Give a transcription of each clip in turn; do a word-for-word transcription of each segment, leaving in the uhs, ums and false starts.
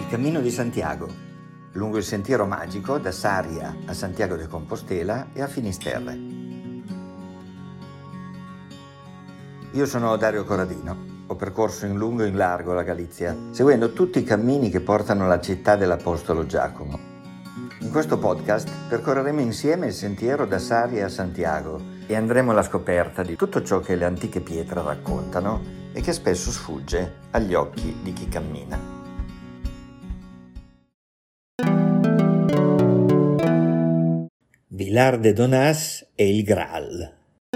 Cammino di Santiago, lungo il sentiero magico da Sarria a Santiago de Compostela e a Finisterre. Io sono Dario Corradino, ho percorso in lungo e in largo la Galizia, seguendo tutti i cammini che portano alla città dell'Apostolo Giacomo. In questo podcast percorreremo insieme il sentiero da Sarria a Santiago e andremo alla scoperta di tutto ciò che le antiche pietre raccontano e che spesso sfugge agli occhi di chi cammina. Vilar de Donàs e il Graal.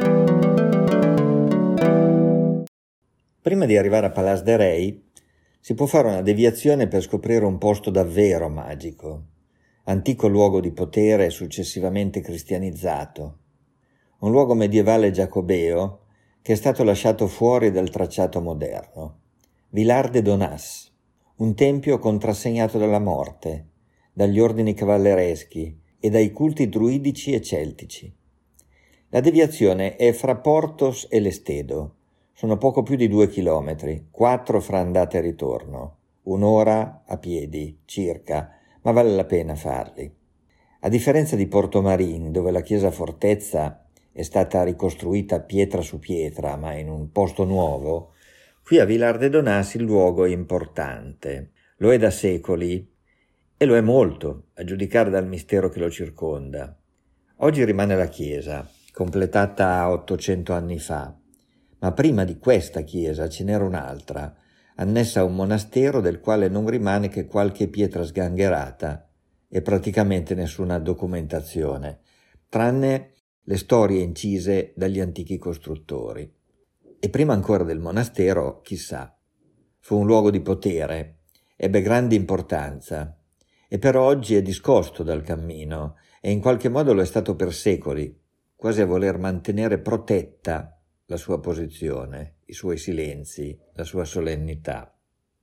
Prima di arrivare a Palas de Rei si può fare una deviazione per scoprire un posto davvero magico, antico luogo di potere successivamente cristianizzato, un luogo medievale giacobeo che è stato lasciato fuori dal tracciato moderno. Vilar de Donàs, un tempio contrassegnato dalla morte, dagli ordini cavallereschi e dai culti druidici e celtici. La deviazione è fra Portos e Lestedo. Sono poco più di due chilometri, quattro fra andata e ritorno, un'ora a piedi circa, ma vale la pena farli. A differenza di Portomarín, dove la chiesa fortezza è stata ricostruita pietra su pietra, ma in un posto nuovo, qui a Vilar de Donàs il luogo è importante. Lo è da secoli e lo è molto, a giudicare dal mistero che lo circonda. Oggi rimane la chiesa, completata ottocento anni fa, ma prima di questa chiesa ce n'era un'altra, annessa a un monastero del quale non rimane che qualche pietra sgangherata e praticamente nessuna documentazione, tranne le storie incise dagli antichi costruttori. E prima ancora del monastero, chissà, fu un luogo di potere, ebbe grande importanza, e però oggi è discosto dal cammino e in qualche modo lo è stato per secoli, quasi a voler mantenere protetta la sua posizione, i suoi silenzi, la sua solennità.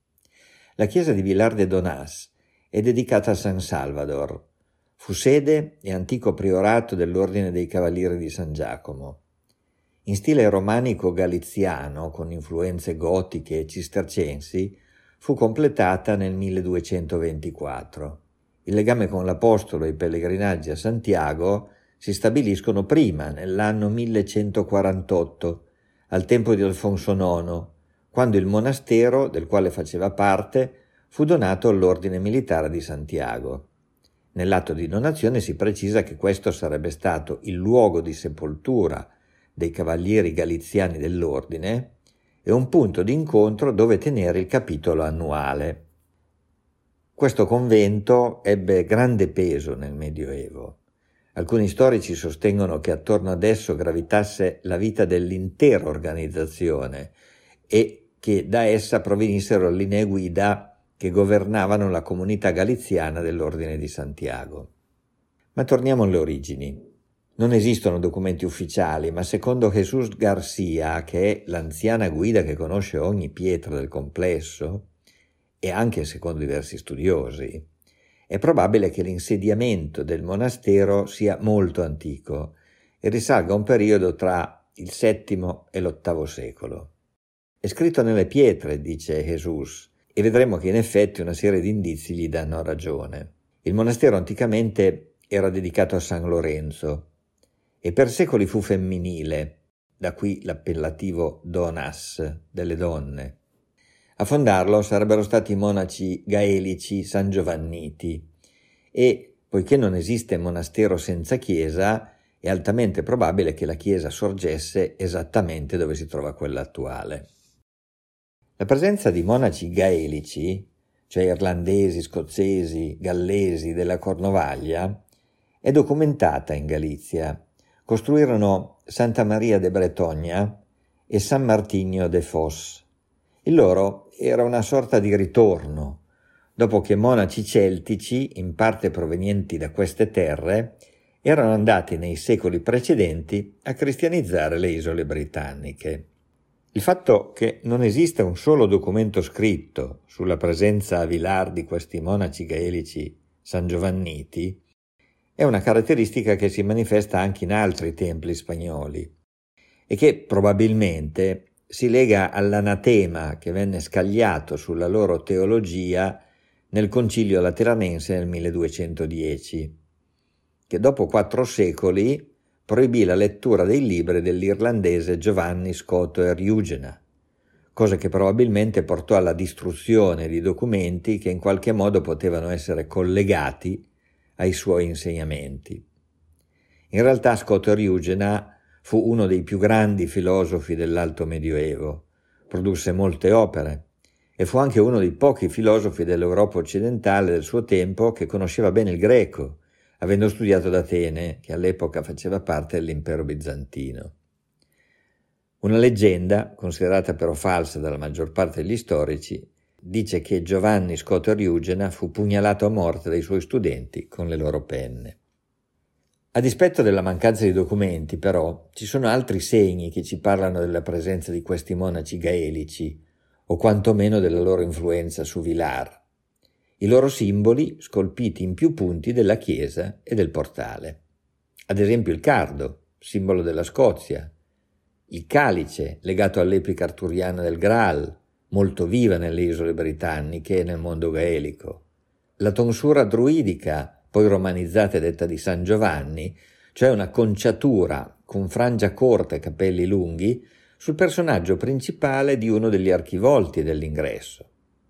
La chiesa di Vilar de Donàs è dedicata a San Salvador, fu sede e antico priorato dell'Ordine dei Cavalieri di San Giacomo. In stile romanico galiziano, con influenze gotiche e cistercensi, fu completata nel milleduecentoventiquattro. Il legame con l'Apostolo e i pellegrinaggi a Santiago si stabiliscono prima, nell'anno millecentoquarantotto, al tempo di Alfonso nono, quando il monastero, del quale faceva parte, fu donato all'Ordine Militare di Santiago. Nell'atto di donazione si precisa che questo sarebbe stato il luogo di sepoltura dei cavalieri galiziani dell'Ordine e un punto di incontro dove tenere il capitolo annuale. Questo convento ebbe grande peso nel Medioevo. Alcuni storici sostengono che attorno ad esso gravitasse la vita dell'intera organizzazione e che da essa provenissero linee guida che governavano la comunità galiziana dell'Ordine di Santiago. Ma torniamo alle origini. Non esistono documenti ufficiali, ma secondo Jesús García, che è l'anziana guida che conosce ogni pietra del complesso, e anche secondo diversi studiosi, è probabile che l'insediamento del monastero sia molto antico e risalga a un periodo tra il settimo e l'ottavo secolo. È scritto nelle pietre, dice Jesús, e vedremo che in effetti una serie di indizi gli danno ragione. Il monastero anticamente era dedicato a San Lorenzo e per secoli fu femminile, da qui l'appellativo Donàs, delle donne. A fondarlo sarebbero stati i monaci gaelici sangiovanniti e, poiché non esiste monastero senza chiesa, è altamente probabile che la chiesa sorgesse esattamente dove si trova quella attuale. La presenza di monaci gaelici, cioè irlandesi, scozzesi, gallesi della Cornovaglia, è documentata in Galizia. Costruirono Santa Maria de Bretogna e San Martinho de Fos. Il loro era una sorta di ritorno, dopo che monaci celtici, in parte provenienti da queste terre, erano andati nei secoli precedenti a cristianizzare le isole britanniche. Il fatto che non esista un solo documento scritto sulla presenza a Vilar di questi monaci gaelici sangiovanniti è una caratteristica che si manifesta anche in altri templi spagnoli e che probabilmente si lega all'anatema che venne scagliato sulla loro teologia nel Concilio Lateranense nel milleduecentodieci, che dopo quattro secoli proibì la lettura dei libri dell'irlandese Giovanni Scoto Eriugena, cosa che probabilmente portò alla distruzione di documenti che in qualche modo potevano essere collegati ai suoi insegnamenti. In realtà Scoto Eriugena fu uno dei più grandi filosofi dell'Alto Medioevo, produsse molte opere e fu anche uno dei pochi filosofi dell'Europa occidentale del suo tempo che conosceva bene il greco, avendo studiato ad Atene, che all'epoca faceva parte dell'impero bizantino. Una leggenda, considerata però falsa dalla maggior parte degli storici, dice che Giovanni Scoto Eriugena fu pugnalato a morte dai suoi studenti con le loro penne. A dispetto della mancanza di documenti, però, ci sono altri segni che ci parlano della presenza di questi monaci gaelici, o quantomeno della loro influenza su Vilar. I loro simboli scolpiti in più punti della chiesa e del portale. Ad esempio il cardo, simbolo della Scozia, il calice, legato all'epica arturiana del Graal, molto viva nelle isole britanniche e nel mondo gaelico, la tonsura druidica, poi romanizzata e detta di San Giovanni, cioè una conciatura con frangia corta e capelli lunghi sul personaggio principale di uno degli archivolti dell'ingresso.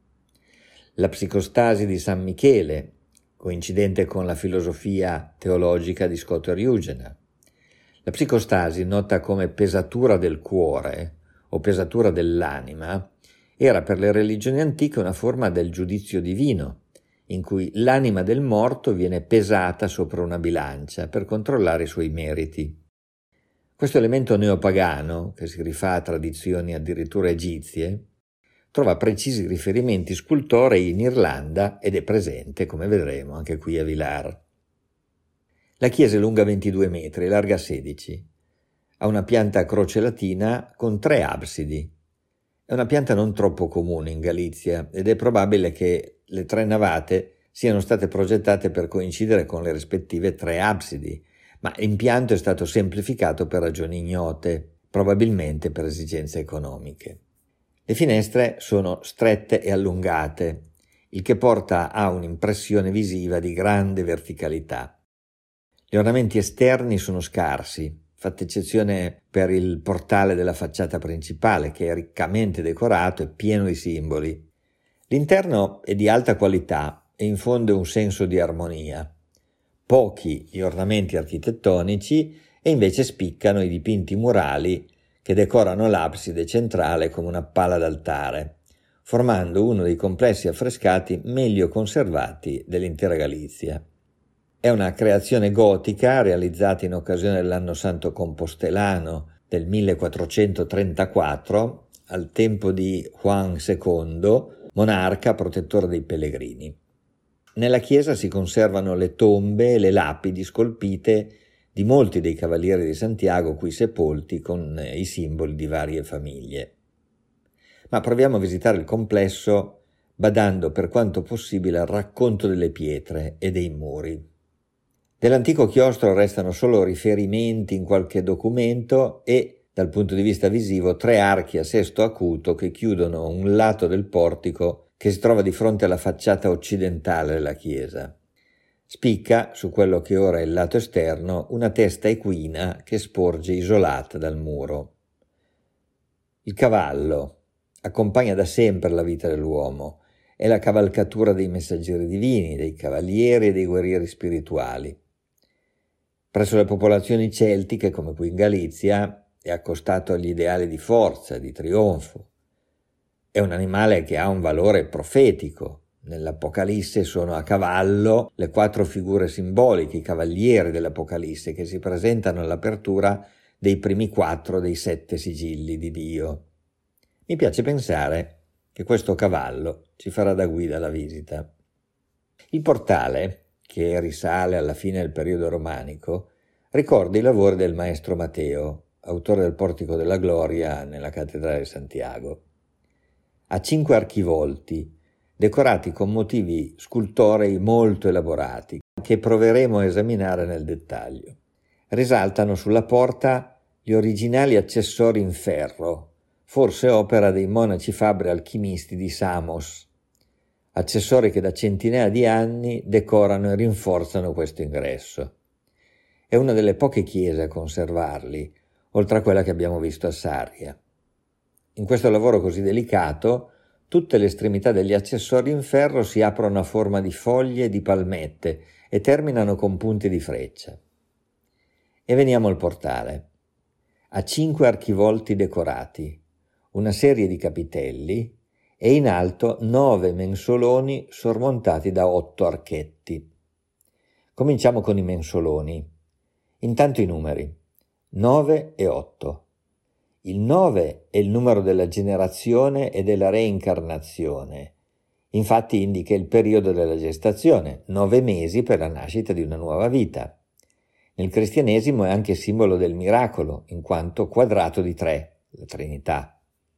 La psicostasi di San Michele, coincidente con la filosofia teologica di Scoto Eriugena. La psicostasi, nota come pesatura del cuore o pesatura dell'anima, era per le religioni antiche una forma del giudizio divino, in cui l'anima del morto viene pesata sopra una bilancia per controllare i suoi meriti. Questo elemento neopagano, che si rifà a tradizioni addirittura egizie, trova precisi riferimenti scultorei in Irlanda ed è presente, come vedremo, anche qui a Vilar. La chiesa è lunga ventidue metri e larga sedici. Ha una pianta a croce latina con tre absidi. È una pianta non troppo comune in Galizia ed è probabile che le tre navate siano state progettate per coincidere con le rispettive tre absidi, ma l'impianto è stato semplificato per ragioni ignote, probabilmente per esigenze economiche. Le finestre sono strette e allungate, il che porta a un'impressione visiva di grande verticalità. Gli ornamenti esterni sono scarsi, fatta eccezione per il portale della facciata principale, che è riccamente decorato e pieno di simboli. L'interno è di alta qualità e infonde un senso di armonia. Pochi gli ornamenti architettonici e invece spiccano i dipinti murali che decorano l'abside centrale come una pala d'altare, formando uno dei complessi affrescati meglio conservati dell'intera Galizia. È una creazione gotica realizzata in occasione dell'anno santo compostelano del millequattrocentotrentaquattro, al tempo di Juan secondo, monarca protettore dei pellegrini. Nella chiesa si conservano le tombe e le lapidi scolpite di molti dei cavalieri di Santiago qui sepolti con i simboli di varie famiglie. Ma proviamo a visitare il complesso badando per quanto possibile al racconto delle pietre e dei muri. Dell'antico chiostro restano solo riferimenti in qualche documento e, dal punto di vista visivo, tre archi a sesto acuto che chiudono un lato del portico che si trova di fronte alla facciata occidentale della chiesa. Spicca, su quello che ora è il lato esterno, una testa equina che sporge isolata dal muro. Il cavallo accompagna da sempre la vita dell'uomo, è la cavalcatura dei messaggeri divini, dei cavalieri e dei guerrieri spirituali. Presso le popolazioni celtiche, come qui in Galizia, è accostato agli ideali di forza, di trionfo. È un animale che ha un valore profetico. Nell'Apocalisse sono a cavallo le quattro figure simboliche, i cavalieri dell'Apocalisse, che si presentano all'apertura dei primi quattro dei sette sigilli di Dio. Mi piace pensare che questo cavallo ci farà da guida alla visita. Il portale, che risale alla fine del periodo romanico, ricorda i lavori del maestro Matteo, autore del Portico della Gloria nella cattedrale di Santiago. Ha cinque archivolti, decorati con motivi scultorei molto elaborati, che proveremo a esaminare nel dettaglio. Risaltano sulla porta gli originali accessori in ferro, forse opera dei monaci fabbri alchimisti di Samos. accessori che da centinaia di anni decorano e rinforzano questo ingresso. È una delle poche chiese a conservarli, oltre a quella che abbiamo visto a Sarria. In questo lavoro così delicato, tutte le estremità degli accessori in ferro si aprono a forma di foglie e di palmette e terminano con punti di freccia. E veniamo al portale. Ha cinque archivolti decorati, una serie di capitelli e in alto nove mensoloni sormontati da otto archetti. Cominciamo con i mensoloni. Intanto i numeri, nove e otto. Il nove è il numero della generazione e della reincarnazione. Infatti indica il periodo della gestazione, nove mesi per la nascita di una nuova vita. Nel cristianesimo è anche simbolo del miracolo, in quanto quadrato di tre, la Trinità.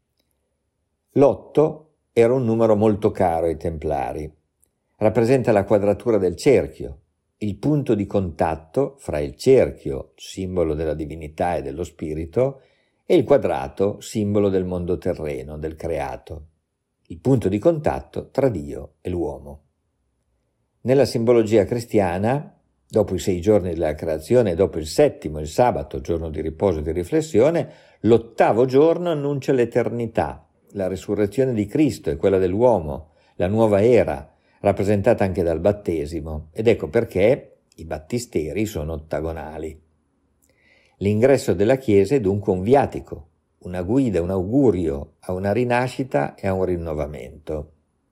L'otto era un numero molto caro ai Templari. Rappresenta la quadratura del cerchio, il punto di contatto fra il cerchio, simbolo della divinità e dello spirito, e il quadrato, simbolo del mondo terreno, del creato, il punto di contatto tra Dio e l'uomo. Nella simbologia cristiana, dopo i sei giorni della creazione e dopo il settimo, il sabato, giorno di riposo e di riflessione, l'ottavo giorno annuncia l'eternità, la risurrezione di Cristo e quella dell'uomo, la nuova era, rappresentata anche dal battesimo, ed ecco perché i battisteri sono ottagonali. L'ingresso della Chiesa è dunque un viatico, una guida, un augurio a una rinascita e a un rinnovamento.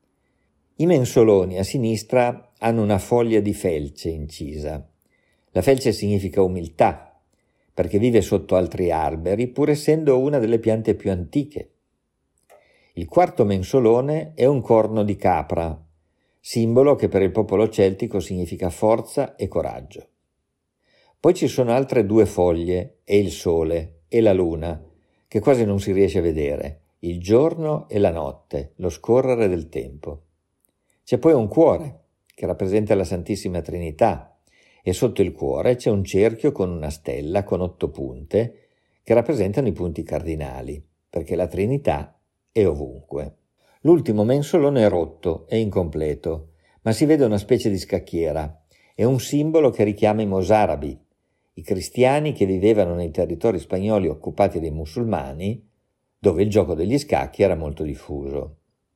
I mensoloni a sinistra hanno una foglia di felce incisa. La felce significa umiltà, perché vive sotto altri alberi, pur essendo una delle piante più antiche. Il quarto mensolone è un corno di capra, simbolo che per il popolo celtico significa forza e coraggio. Poi ci sono altre due foglie, e il sole, e la luna, che quasi non si riesce a vedere, il giorno e la notte, lo scorrere del tempo. C'è poi un cuore, che rappresenta la Santissima Trinità, e sotto il cuore c'è un cerchio con una stella con otto punte, che rappresentano i punti cardinali, perché la Trinità è ovunque. L'ultimo mensolone è rotto e incompleto, ma si vede una specie di scacchiera. È un simbolo che richiama i mosarabi, i cristiani che vivevano nei territori spagnoli occupati dai musulmani, dove il gioco degli scacchi era molto diffuso.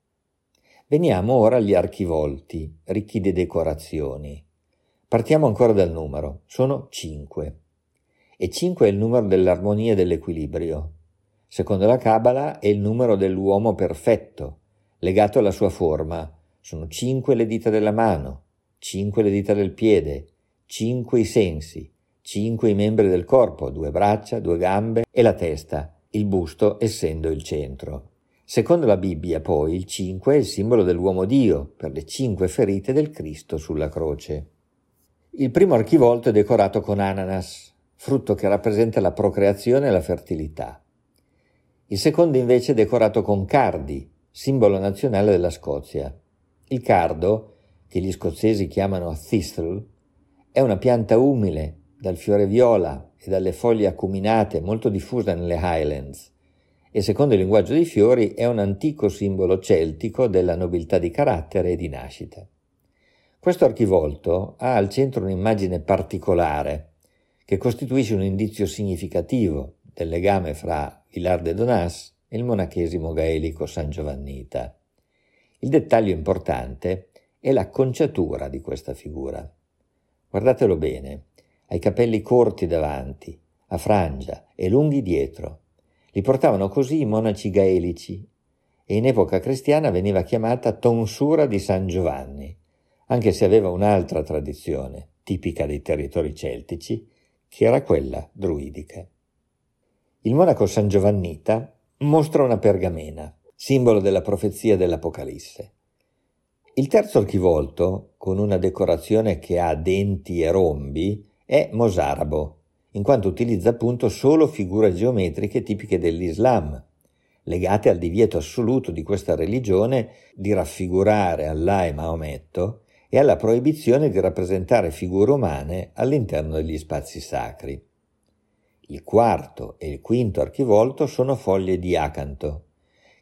Veniamo ora agli archivolti, ricchi di decorazioni. Partiamo ancora dal numero, sono cinque. E cinque è il numero dell'armonia e dell'equilibrio. Secondo la Cabala è il numero dell'uomo perfetto, legato alla sua forma. Sono cinque le dita della mano, cinque le dita del piede, cinque i sensi, cinque i membri del corpo, due braccia, due gambe e la testa, il busto essendo il centro. Secondo la Bibbia, poi, il cinque è il simbolo dell'uomo Dio, per le cinque ferite del Cristo sulla croce. Il primo archivolto è decorato con ananas, frutto che rappresenta la procreazione e la fertilità. Il secondo invece è decorato con cardi, simbolo nazionale della Scozia. Il cardo, che gli scozzesi chiamano thistle, è una pianta umile, dal fiore viola e dalle foglie acuminate molto diffusa nelle Highlands, e secondo il linguaggio dei fiori è un antico simbolo celtico della nobiltà di carattere e di nascita. Questo archivolto ha al centro un'immagine particolare che costituisce un indizio significativo del legame fra Vilar de Donás e il monachesimo gaelico San Giovannita. Il dettaglio importante è l'acconciatura di questa figura. Guardatelo bene, ha i capelli corti davanti, a frangia e lunghi dietro. Li portavano così i monaci gaelici e in epoca cristiana veniva chiamata tonsura di San Giovanni, anche se aveva un'altra tradizione, tipica dei territori celtici, che era quella druidica. Il monaco San Giovannita mostra una pergamena, simbolo della profezia dell'Apocalisse. Il terzo archivolto, con una decorazione che ha denti e rombi, è mosarabo, in quanto utilizza appunto solo figure geometriche tipiche dell'Islam, legate al divieto assoluto di questa religione di raffigurare Allah e Maometto e alla proibizione di rappresentare figure umane all'interno degli spazi sacri. Il quarto e il quinto archivolto sono foglie di acanto,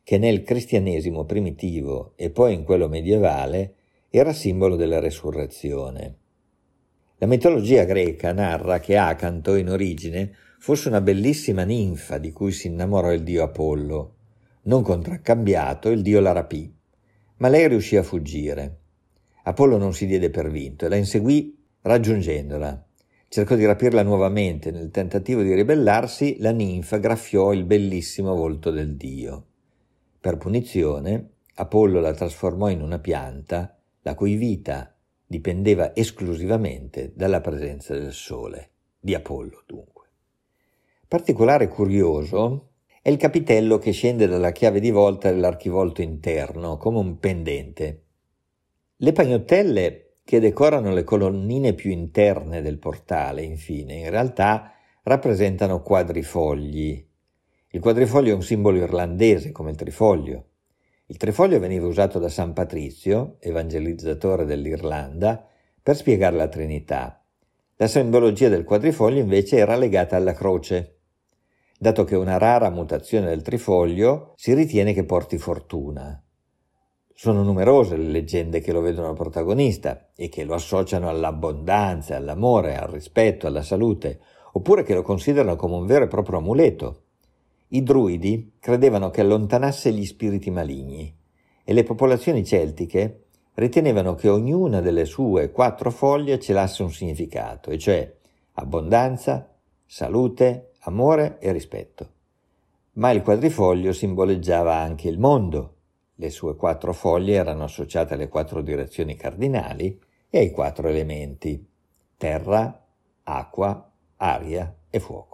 che nel cristianesimo primitivo e poi in quello medievale era simbolo della resurrezione. La mitologia greca narra che Acanto in origine fosse una bellissima ninfa di cui si innamorò il dio Apollo. Non contraccambiato, il dio la rapì, ma lei riuscì a fuggire. Apollo non si diede per vinto e la inseguì raggiungendola. Cercò di rapirla nuovamente. Nel tentativo di ribellarsi, la ninfa graffiò il bellissimo volto del dio. Per punizione, Apollo la trasformò in una pianta, la cui vita dipendeva esclusivamente dalla presenza del sole, di Apollo dunque. Particolare curioso è il capitello che scende dalla chiave di volta dell'archivolto interno, come un pendente. Le pagnottelle che decorano le colonnine più interne del portale, infine, in realtà rappresentano quadrifogli. Il quadrifoglio è un simbolo irlandese, come il trifoglio. Il trifoglio veniva usato da San Patrizio, evangelizzatore dell'Irlanda, per spiegare la Trinità. La simbologia del quadrifoglio invece era legata alla croce, dato che una rara mutazione del trifoglio si ritiene che porti fortuna. Sono numerose le leggende che lo vedono protagonista e che lo associano all'abbondanza, all'amore, al rispetto, alla salute, oppure che lo considerano come un vero e proprio amuleto. I druidi credevano che allontanasse gli spiriti maligni e le popolazioni celtiche ritenevano che ognuna delle sue quattro foglie celasse un significato, e cioè abbondanza, salute, amore e rispetto. Ma il quadrifoglio simboleggiava anche il mondo. Le sue quattro foglie erano associate alle quattro direzioni cardinali e ai quattro elementi: terra, acqua, aria e fuoco.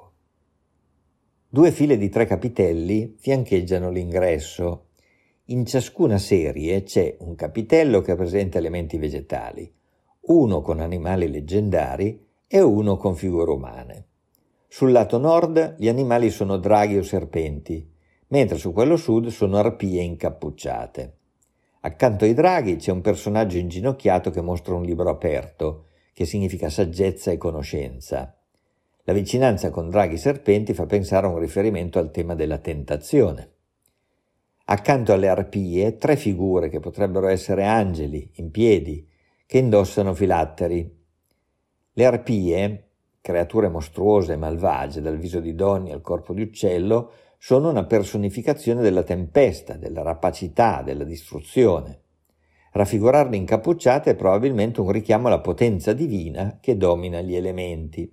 Due file di tre capitelli fiancheggiano l'ingresso. In ciascuna serie c'è un capitello che presenta elementi vegetali, uno con animali leggendari e uno con figure umane. Sul lato nord gli animali sono draghi o serpenti, mentre su quello sud sono arpie incappucciate. Accanto ai draghi c'è un personaggio inginocchiato che mostra un libro aperto, che significa saggezza e conoscenza. La vicinanza con draghi serpenti fa pensare a un riferimento al tema della tentazione. Accanto alle arpie, tre figure che potrebbero essere angeli in piedi, che indossano filatteri. Le arpie, creature mostruose e malvagie, dal viso di donna al corpo di uccello, sono una personificazione della tempesta, della rapacità, della distruzione. Raffigurarle incappucciate è probabilmente un richiamo alla potenza divina che domina gli elementi.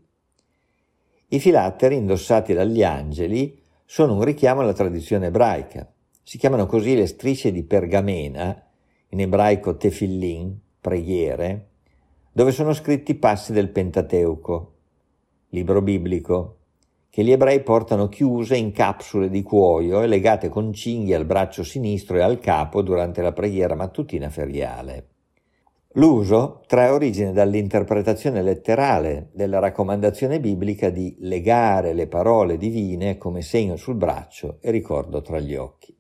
I filatteri indossati dagli angeli sono un richiamo alla tradizione ebraica. Si chiamano così le strisce di pergamena, in ebraico tefillin, preghiere, dove sono scritti i passi del Pentateuco, libro biblico, che gli ebrei portano chiuse in capsule di cuoio e legate con cinghie al braccio sinistro e al capo durante la preghiera mattutina feriale. L'uso trae origine dall'interpretazione letterale della raccomandazione biblica di legare le parole divine come segno sul braccio e ricordo tra gli occhi.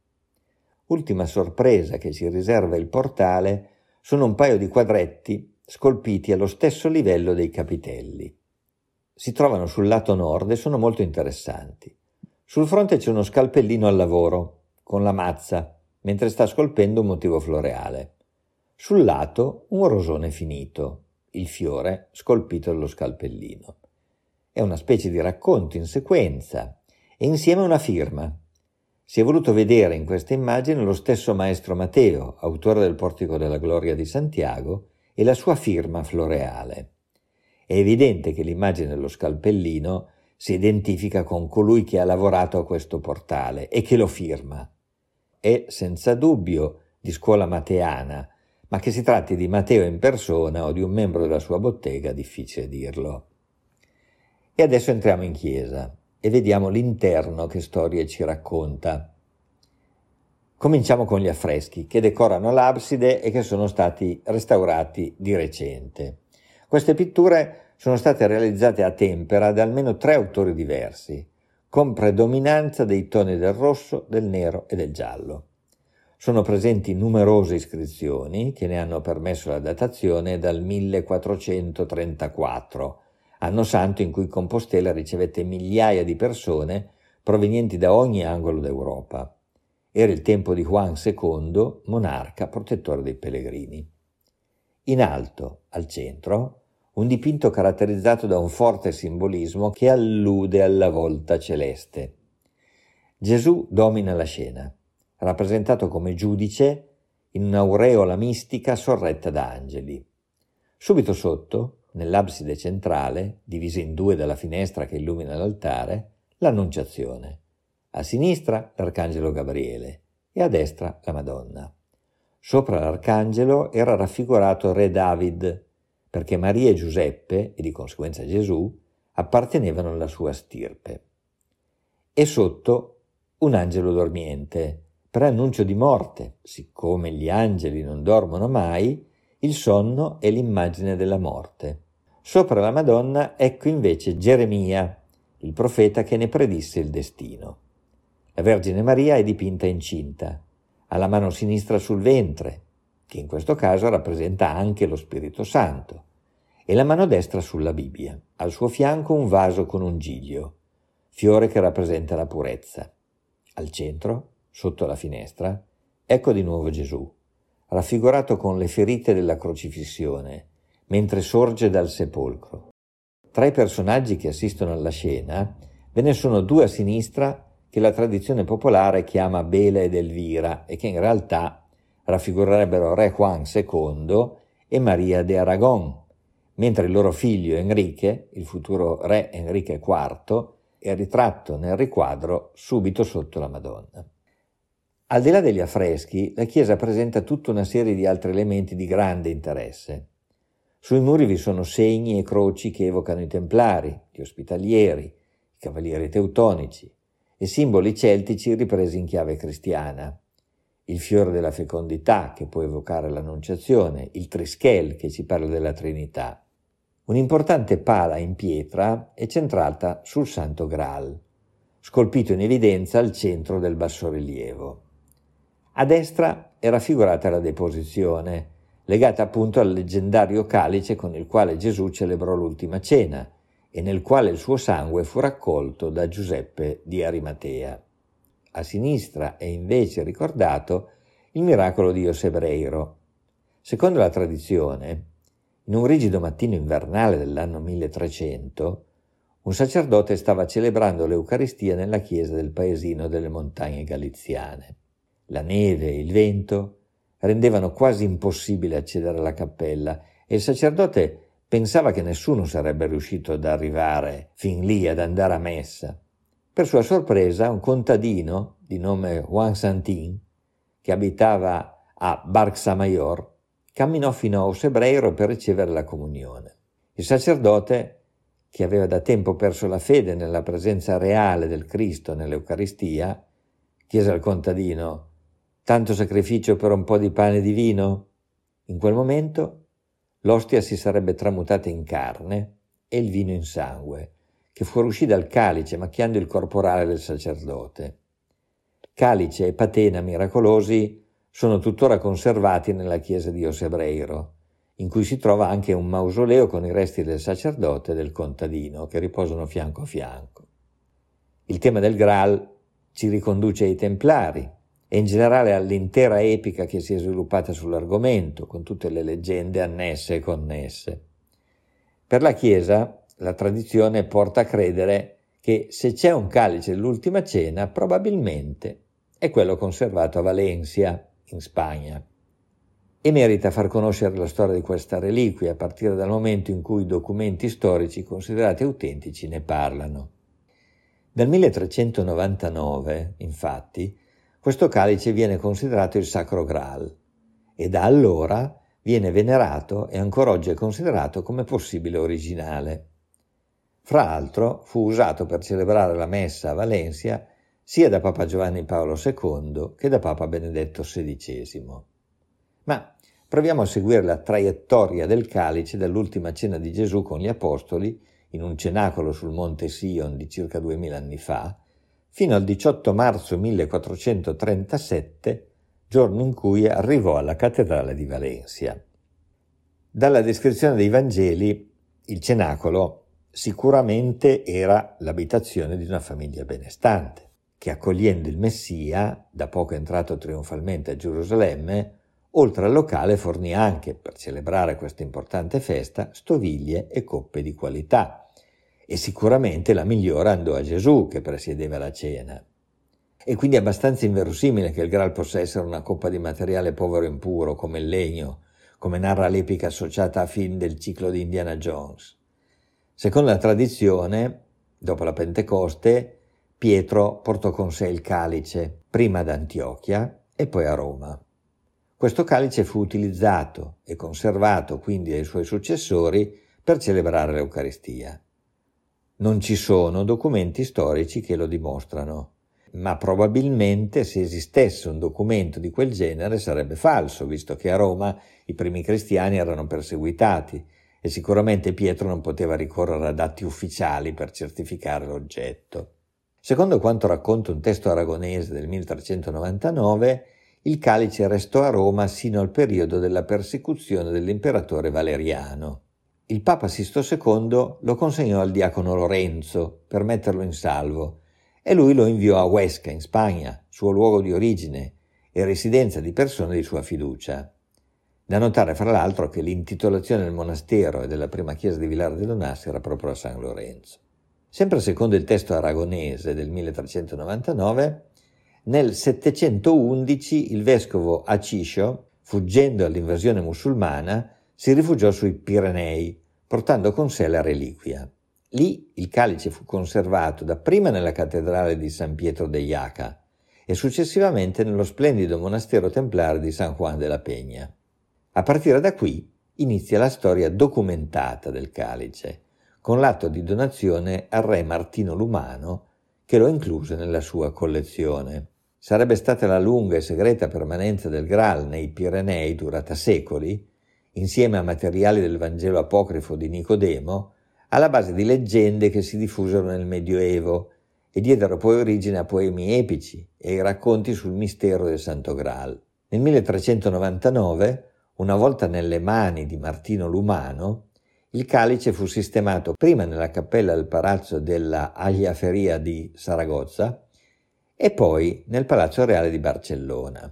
Ultima sorpresa che ci riserva il portale sono un paio di quadretti scolpiti allo stesso livello dei capitelli. Si trovano sul lato nord e sono molto interessanti. Sul fronte c'è uno scalpellino al lavoro, con la mazza, mentre sta scolpendo un motivo floreale. Sul lato un rosone finito, il fiore scolpito dallo scalpellino. È una specie di racconto in sequenza e insieme una firma. Si è voluto vedere in questa immagine lo stesso maestro Matteo, autore del Portico della Gloria di Santiago, e la sua firma floreale. È evidente che l'immagine dello scalpellino si identifica con colui che ha lavorato a questo portale e che lo firma. È senza dubbio di scuola matteana, ma che si tratti di Matteo in persona o di un membro della sua bottega, difficile dirlo. E adesso entriamo in chiesa e vediamo l'interno che storie ci racconta. Cominciamo con gli affreschi che decorano l'abside e che sono stati restaurati di recente. Queste pitture sono state realizzate a tempera da almeno tre autori diversi, con predominanza dei toni del rosso, del nero e del giallo. Sono presenti numerose iscrizioni che ne hanno permesso la datazione dal millequattrocentotrentaquattro, anno santo in cui Compostela ricevette migliaia di persone provenienti da ogni angolo d'Europa. Era il tempo di Juan secondo, monarca protettore dei pellegrini. In alto, al centro, un dipinto caratterizzato da un forte simbolismo che allude alla volta celeste. Gesù domina la scena, rappresentato come giudice in un'aureola mistica sorretta da angeli. Subito sotto, nell'abside centrale, divisa in due dalla finestra che illumina l'altare, l'Annunciazione. A sinistra l'Arcangelo Gabriele e a destra la Madonna. Sopra l'Arcangelo era raffigurato Re David, perché Maria e Giuseppe, e di conseguenza Gesù, appartenevano alla sua stirpe. E sotto un angelo dormiente, per annuncio di morte, siccome gli angeli non dormono mai, il sonno è l'immagine della morte. Sopra la Madonna ecco invece Geremia, il profeta che ne predisse il destino. La Vergine Maria è dipinta incinta, ha la mano sinistra sul ventre, che in questo caso rappresenta anche lo Spirito Santo, e la mano destra sulla Bibbia. Al suo fianco un vaso con un giglio, fiore che rappresenta la purezza. Al centro, sotto la finestra, ecco di nuovo Gesù, raffigurato con le ferite della crocifissione, mentre sorge dal sepolcro. Tra i personaggi che assistono alla scena ve ne sono due a sinistra che la tradizione popolare chiama Bela ed Elvira e che in realtà raffigurerebbero Re Juan secondo e Maria de Aragón, mentre il loro figlio Enrique, il futuro re Enrique quarto, è ritratto nel riquadro subito sotto la Madonna. Al di là degli affreschi, la chiesa presenta tutta una serie di altri elementi di grande interesse. Sui muri vi sono segni e croci che evocano i templari, gli ospitalieri, i cavalieri teutonici e simboli celtici ripresi in chiave cristiana. Il fiore della fecondità, che può evocare l'Annunciazione, il trischel, che ci parla della Trinità. Un'importante pala in pietra è centrata sul Santo Graal, scolpito in evidenza al centro del bassorilievo. A destra è raffigurata la deposizione, legata appunto al leggendario calice con il quale Gesù celebrò l'ultima cena e nel quale il suo sangue fu raccolto da Giuseppe di Arimatea. A sinistra è invece ricordato il miracolo di Osebreiro. Secondo la tradizione, in un rigido mattino invernale dell'anno milletrecento, un sacerdote stava celebrando l'Eucaristia nella chiesa del paesino delle montagne galiziane. La neve e il vento rendevano quasi impossibile accedere alla cappella e il sacerdote pensava che nessuno sarebbe riuscito ad arrivare fin lì, ad andare a messa. Per sua sorpresa, un contadino di nome Juan Santín, che abitava a Barxamayor, camminò fino a Osebreiro per ricevere la comunione. Il sacerdote, che aveva da tempo perso la fede nella presenza reale del Cristo nell'Eucaristia, chiese al contadino: «Tanto sacrificio per un po' di pane e di vino?» In quel momento l'ostia si sarebbe tramutata in carne e il vino in sangue, che fuoriuscì dal calice macchiando il corporale del sacerdote. Calice e patena miracolosi sono tuttora conservati nella chiesa di Osebreiro, in cui si trova anche un mausoleo con i resti del sacerdote e del contadino che riposano fianco a fianco. Il tema del Graal ci riconduce ai Templari e in generale all'intera epica che si è sviluppata sull'argomento, con tutte le leggende annesse e connesse. Per la Chiesa, la tradizione porta a credere che se c'è un calice dell'ultima cena, probabilmente è quello conservato a Valencia, in Spagna. E merita far conoscere la storia di questa reliquia a partire dal momento in cui documenti storici considerati autentici ne parlano. Dal milletrecentonovantanove, infatti, questo calice viene considerato il Sacro Graal e da allora viene venerato e ancora oggi è considerato come possibile originale. Fra l'altro fu usato per celebrare la messa a Valencia sia da Papa Giovanni Paolo secondo che da Papa Benedetto sedicesimo. Ma proviamo a seguire la traiettoria del calice dall'ultima cena di Gesù con gli Apostoli, in un cenacolo sul monte Sion di circa duemila anni fa, fino al diciotto marzo millequattrocentotrentasette, giorno in cui arrivò alla cattedrale di Valencia. Dalla descrizione dei Vangeli, il cenacolo sicuramente era l'abitazione di una famiglia benestante, che accogliendo il Messia, da poco entrato trionfalmente a Gerusalemme, oltre al locale fornì anche, per celebrare questa importante festa, stoviglie e coppe di qualità. E sicuramente la migliore andò a Gesù, che presiedeva la cena. E quindi è abbastanza inverosimile che il Graal possa essere una coppa di materiale povero e impuro, come il legno, come narra l'epica associata a film del ciclo di Indiana Jones. Secondo la tradizione, dopo la Pentecoste, Pietro portò con sé il calice, prima ad Antiochia e poi a Roma. Questo calice fu utilizzato e conservato quindi dai suoi successori per celebrare l'Eucaristia. Non ci sono documenti storici che lo dimostrano, ma probabilmente se esistesse un documento di quel genere sarebbe falso, visto che a Roma i primi cristiani erano perseguitati e sicuramente Pietro non poteva ricorrere ad atti ufficiali per certificare l'oggetto. Secondo quanto racconta un testo aragonese del milletrecentonovantanove, il calice restò a Roma sino al periodo della persecuzione dell'imperatore Valeriano. Il Papa Sisto secondo lo consegnò al diacono Lorenzo per metterlo in salvo e lui lo inviò a Huesca, in Spagna, suo luogo di origine e residenza di persone di sua fiducia. Da notare fra l'altro che l'intitolazione del monastero e della prima chiesa di Vilar de Lonás era proprio a San Lorenzo. Sempre secondo il testo aragonese del milletrecentonovantanove, nel settecentoundici il vescovo Aciscio, fuggendo all'invasione musulmana, si rifugiò sui Pirenei, portando con sé la reliquia. Lì il calice fu conservato dapprima nella cattedrale di San Pietro de Jaca e successivamente nello splendido monastero templare di San Juan de la Peña. A partire da qui inizia la storia documentata del calice, con l'atto di donazione al re Martino Lumano, che lo incluse nella sua collezione. Sarebbe stata la lunga e segreta permanenza del Graal nei Pirenei, durata secoli, insieme a materiali del Vangelo apocrifo di Nicodemo, alla base di leggende che si diffusero nel Medioevo e diedero poi origine a poemi epici e ai racconti sul mistero del Santo Graal. Nel milletrecentonovantanove, una volta nelle mani di Martino Lumano, il calice fu sistemato prima nella cappella del palazzo della Agliaferia di Saragozza e poi nel Palazzo Reale di Barcellona.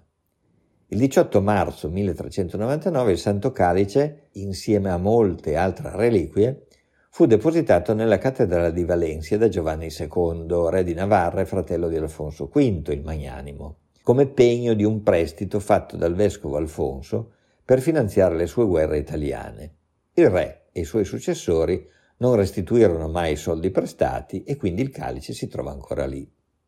Il diciotto marzo milletrecentonovantanove il Santo Calice, insieme a molte altre reliquie, fu depositato nella cattedrale di Valencia da Giovanni secondo, re di Navarra e fratello di Alfonso quinto, il Magnanimo, come pegno di un prestito fatto dal vescovo Alfonso per finanziare le sue guerre italiane. Il re e i suoi successori non restituirono mai i soldi prestati e quindi il calice si trova ancora lì.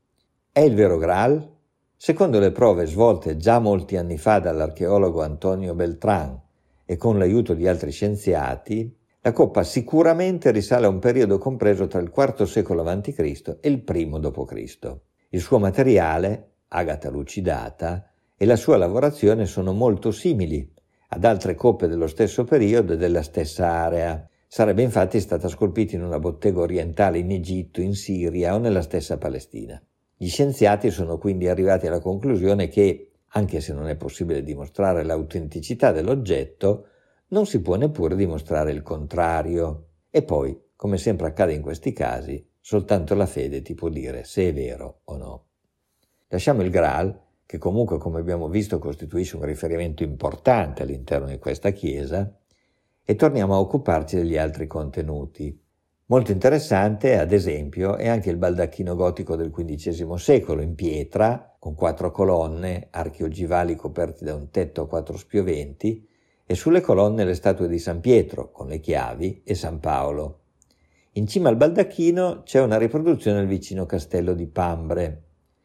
È il vero Graal? Secondo le prove svolte già molti anni fa dall'archeologo Antonio Beltrán e con l'aiuto di altri scienziati, la coppa sicuramente risale a un periodo compreso tra il quarto secolo avanti Cristo e il primo dopo Cristo. Il suo materiale, agata lucidata, e la sua lavorazione sono molto simili ad altre coppe dello stesso periodo e della stessa area. Sarebbe infatti stata scolpita in una bottega orientale in Egitto, in Siria o nella stessa Palestina. Gli scienziati sono quindi arrivati alla conclusione che, anche se non è possibile dimostrare l'autenticità dell'oggetto, non si può neppure dimostrare il contrario. E poi, come sempre accade in questi casi, soltanto la fede ti può dire se è vero o no. Lasciamo il Graal, che comunque, come abbiamo visto, costituisce un riferimento importante all'interno di questa chiesa, e torniamo a occuparci degli altri contenuti. Molto interessante, ad esempio, è anche il baldacchino gotico del quindicesimo secolo, in pietra, con quattro colonne, archi ogivali coperti da un tetto a quattro spioventi, e sulle colonne le statue di San Pietro, con le chiavi, e San Paolo. In cima al baldacchino c'è una riproduzione del vicino castello di Pambre.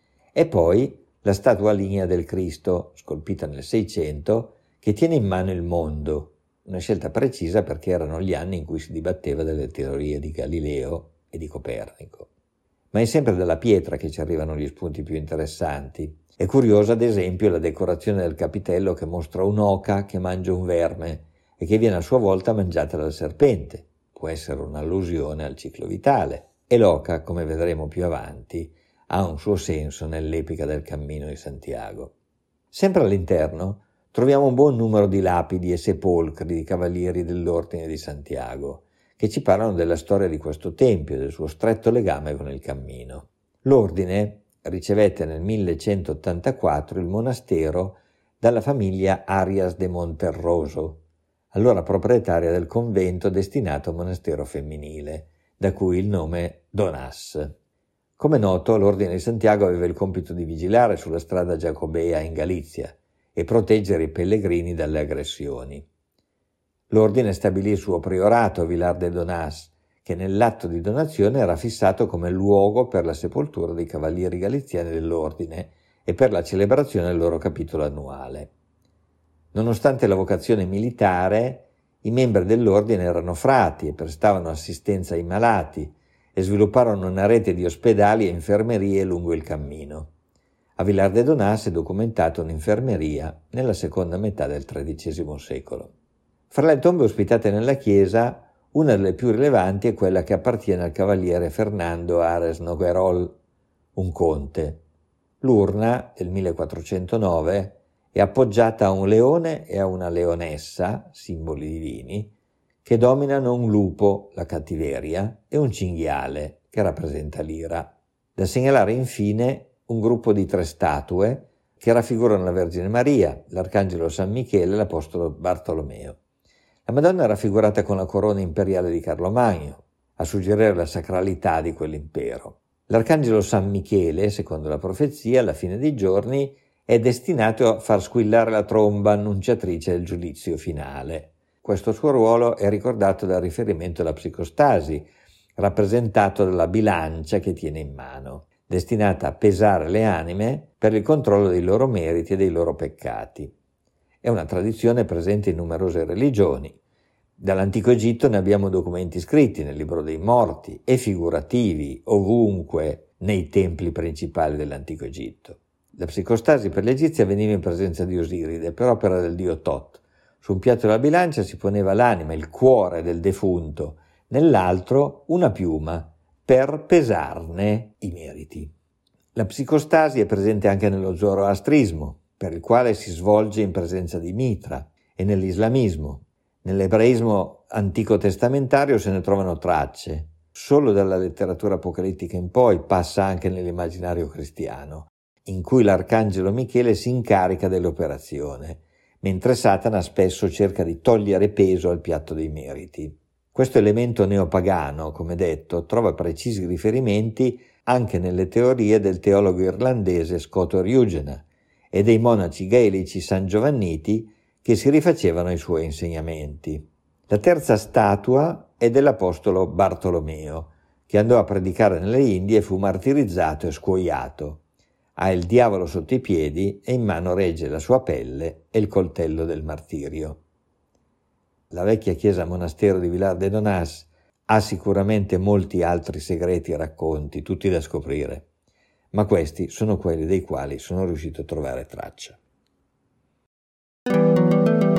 E poi la statua lignea del Cristo, scolpita nel Seicento, che tiene in mano il mondo, una scelta precisa perché erano gli anni in cui si dibatteva delle teorie di Galileo e di Copernico. Ma è sempre dalla pietra che ci arrivano gli spunti più interessanti. È curiosa, ad esempio, la decorazione del capitello che mostra un'oca che mangia un verme e che viene a sua volta mangiata dal serpente. Può essere un'allusione al ciclo vitale. E l'oca, come vedremo più avanti, ha un suo senso nell'epica del Cammino di Santiago. Sempre all'interno troviamo un buon numero di lapidi e sepolcri di cavalieri dell'Ordine di Santiago, che ci parlano della storia di questo tempio e del suo stretto legame con il cammino. L'Ordine, ricevette nel millecentottantaquattro il monastero dalla famiglia Arias de Monterroso, allora proprietaria del convento destinato a monastero femminile, da cui il nome Donàs. Come noto, l'Ordine di Santiago aveva il compito di vigilare sulla strada giacobea in Galizia e proteggere i pellegrini dalle aggressioni. L'Ordine stabilì il suo priorato a Vilar de Donàs, che nell'atto di donazione era fissato come luogo per la sepoltura dei cavalieri galiziani dell'Ordine e per la celebrazione del loro capitolo annuale. Nonostante la vocazione militare, i membri dell'Ordine erano frati e prestavano assistenza ai malati e svilupparono una rete di ospedali e infermerie lungo il cammino. A Vilar de Donàs è documentata un'infermeria nella seconda metà del tredicesimo secolo. Fra le tombe ospitate nella chiesa, una delle più rilevanti è quella che appartiene al cavaliere Fernando Ares Noguerol, un conte. L'urna, del millequattrocentonove, è appoggiata a un leone e a una leonessa, simboli divini, che dominano un lupo, la cattiveria, e un cinghiale, che rappresenta l'ira. Da segnalare infine un gruppo di tre statue che raffigurano la Vergine Maria, l'Arcangelo San Michele e l'Apostolo Bartolomeo. La Madonna è raffigurata con la corona imperiale di Carlo Magno, a suggerire la sacralità di quell'impero. L'Arcangelo San Michele, secondo la profezia, alla fine dei giorni è destinato a far squillare la tromba annunciatrice del giudizio finale. Questo suo ruolo è ricordato dal riferimento alla psicostasi, rappresentato dalla bilancia che tiene in mano, destinata a pesare le anime per il controllo dei loro meriti e dei loro peccati. È una tradizione presente in numerose religioni. Dall'antico Egitto ne abbiamo documenti scritti nel libro dei morti e figurativi ovunque nei templi principali dell'antico Egitto. La psicostasi per gli egizi avveniva in presenza di Osiride per opera del dio Tot. Su un piatto della bilancia si poneva l'anima, il cuore del defunto, nell'altro una piuma per pesarne i meriti. La psicostasi è presente anche nello zoroastrismo, per il quale si svolge in presenza di Mitra, e nell'islamismo. Nell'ebraismo antico testamentario se ne trovano tracce. Solo dalla letteratura apocalittica in poi passa anche nell'immaginario cristiano, in cui l'arcangelo Michele si incarica dell'operazione, mentre Satana spesso cerca di togliere peso al piatto dei meriti. Questo elemento neopagano, come detto, trova precisi riferimenti anche nelle teorie del teologo irlandese Scott Oriugena e dei monaci gaelici sangiovanniti che si rifacevano ai suoi insegnamenti. La terza statua è dell'apostolo Bartolomeo, che andò a predicare nelle Indie e fu martirizzato e scuoiato. Ha il diavolo sotto i piedi e in mano regge la sua pelle e il coltello del martirio. La vecchia chiesa monastero di Vilar de Donàs ha sicuramente molti altri segreti e racconti, tutti da scoprire, ma questi sono quelli dei quali sono riuscito a trovare traccia.